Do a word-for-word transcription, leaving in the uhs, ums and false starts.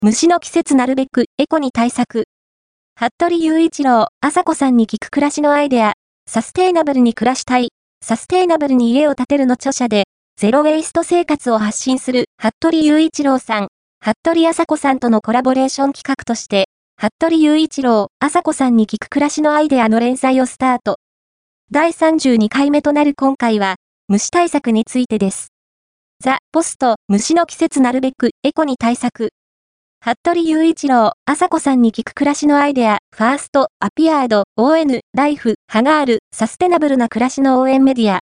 虫の季節なるべくエコに対策。服部雄一郎、朝子さんに聞く暮らしのアイデア。サステイナブルに暮らしたい。サステイナブルに家を建てるの著者で、ゼロウェイスト生活を発信する服部雄一郎さん、服部朝子さんとのコラボレーション企画として、服部雄一郎、朝子さんに聞く暮らしのアイデアの連載をスタート。だいさんじゅうにかいめとなる今回は、虫対策についてです。ザ・ポスト、虫の季節なるべくエコに対策。服部雄一郎、朝子さんに聞く暮らしのアイデア、ファースト、アピアード、オーエヌ、ライフ、ハガール、サステナブルな暮らしの応援メディア、